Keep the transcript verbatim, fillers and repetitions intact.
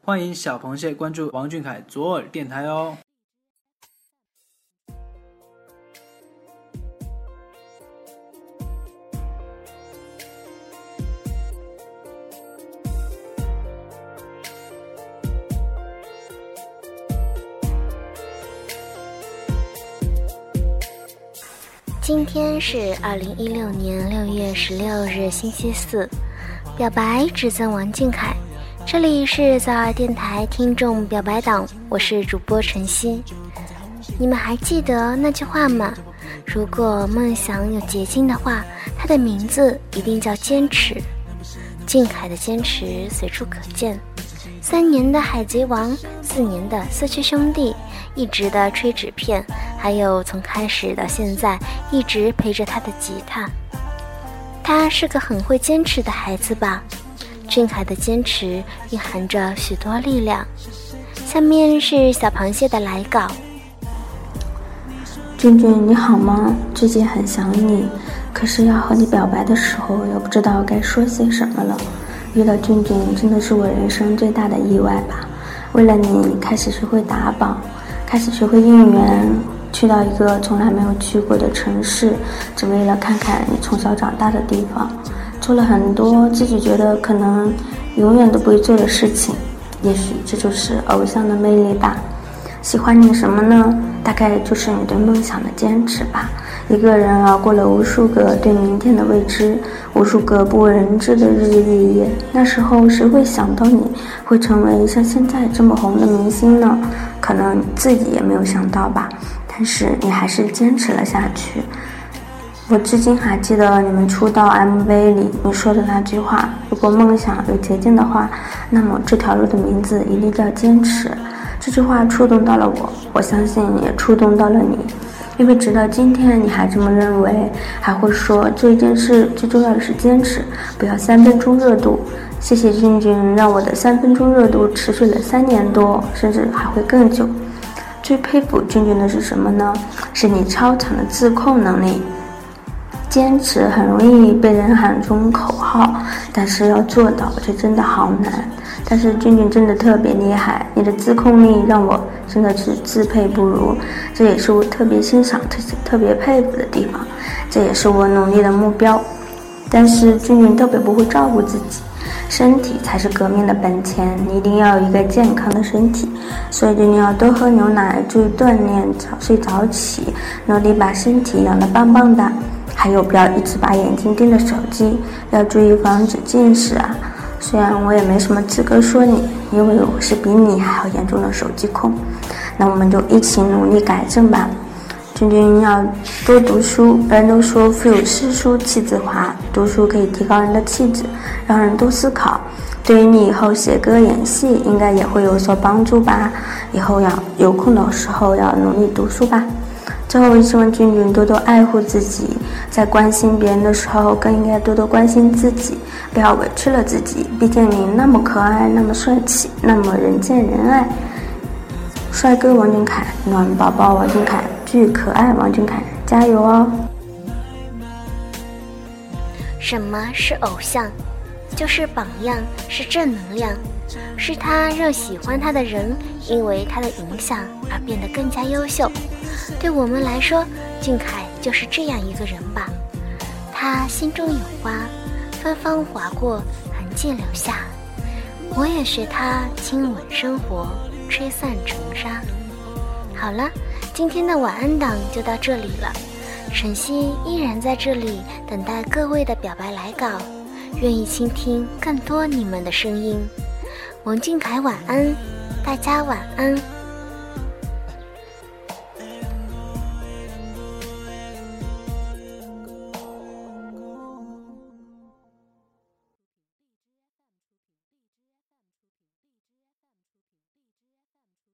欢迎小螃蟹关注王俊凯左耳电台哦。 今天是二零一六年六月十六日星期四，表白只赠王俊凯，这里是早耳电台听众表白党，我是主播晨曦。你们还记得那句话吗？如果梦想有捷径的话，它的名字一定叫坚持。俊凯的坚持随处可见，三年的海贼王，四年的四驱兄弟，一直的吹纸片，还有从开始到现在一直陪着他的吉他。他是个很会坚持的孩子吧？俊凯的坚持蕴含着许多力量。下面是小螃蟹的来稿。 俊俊你好吗？最近很想你，可是要和你表白的时候又不知道该说些什么了。遇到俊俊真的是我人生最大的意外吧。为了你开始学会打榜，开始学会应援，去到一个从来没有去过的城市，只为了看看你从小长大的地方，做了很多自己觉得可能永远都不会做的事情。也许这就是偶像的魅力吧。喜欢你什么呢？大概就是你对梦想的坚持吧。一个人熬过了无数个对明天的未知，无数个不为人知的日日夜夜，那时候谁会想到你会成为像现在这么红的明星呢？可能你自己也没有想到吧，但是你还是坚持了下去。我至今还记得你们出道 M V 里你说的那句话，如果梦想有捷径的话，那么这条路的名字一定叫坚持。这句话触动到了我，我相信也触动到了你，因为直到今天你还这么认为，还会说这件事最重要的是坚持，不要三分钟热度。谢谢俊俊，让我的三分钟热度持续了三年多，甚至还会更久。最佩服俊俊的是什么呢？是你超强的自控能力。坚持很容易被人喊出口号，但是要做到这真的好难。但是俊俊真的特别厉害，你的自控力让我真的是自佩不如，这也是我特别欣赏特特别佩服的地方，这也是我努力的目标。但是俊俊特别不会照顾自己，身体才是革命的本钱，你一定要有一个健康的身体，所以俊俊要多喝牛奶，注意锻炼，早睡早起，努力把身体养得棒棒的。还有不要一直把眼睛盯着手机，要注意防止近视啊。虽然我也没什么资格说你，因为我是比你还要严重的手机控，那我们就一起努力改正吧。君君要多读书，人都说腹有诗书气自华，读书可以提高人的气质，让人多思考，对于你以后写歌演戏应该也会有所帮助吧。以后要有空的时候要努力读书吧。最后希望俊俊多多爱护自己，在关心别人的时候更应该多多关心自己，不要委屈了自己，毕竟你那么可爱，那么帅气，那么人见人爱。帅哥王俊凯，暖宝宝王俊凯，巨可爱王俊凯，加油哦。 什么是偶像？就是榜样，是正能量，是他让喜欢他的人因为他的影响而变得更加优秀。对我们来说，俊凯就是这样一个人吧。他心中有花，芬芳划过，痕迹留下。我也学他亲吻生活，吹散尘沙。好了，今天的晚安档就到这里了。晨曦依然在这里等待各位的表白来稿，愿意倾听更多你们的声音。王俊凯晚安，大家晚安。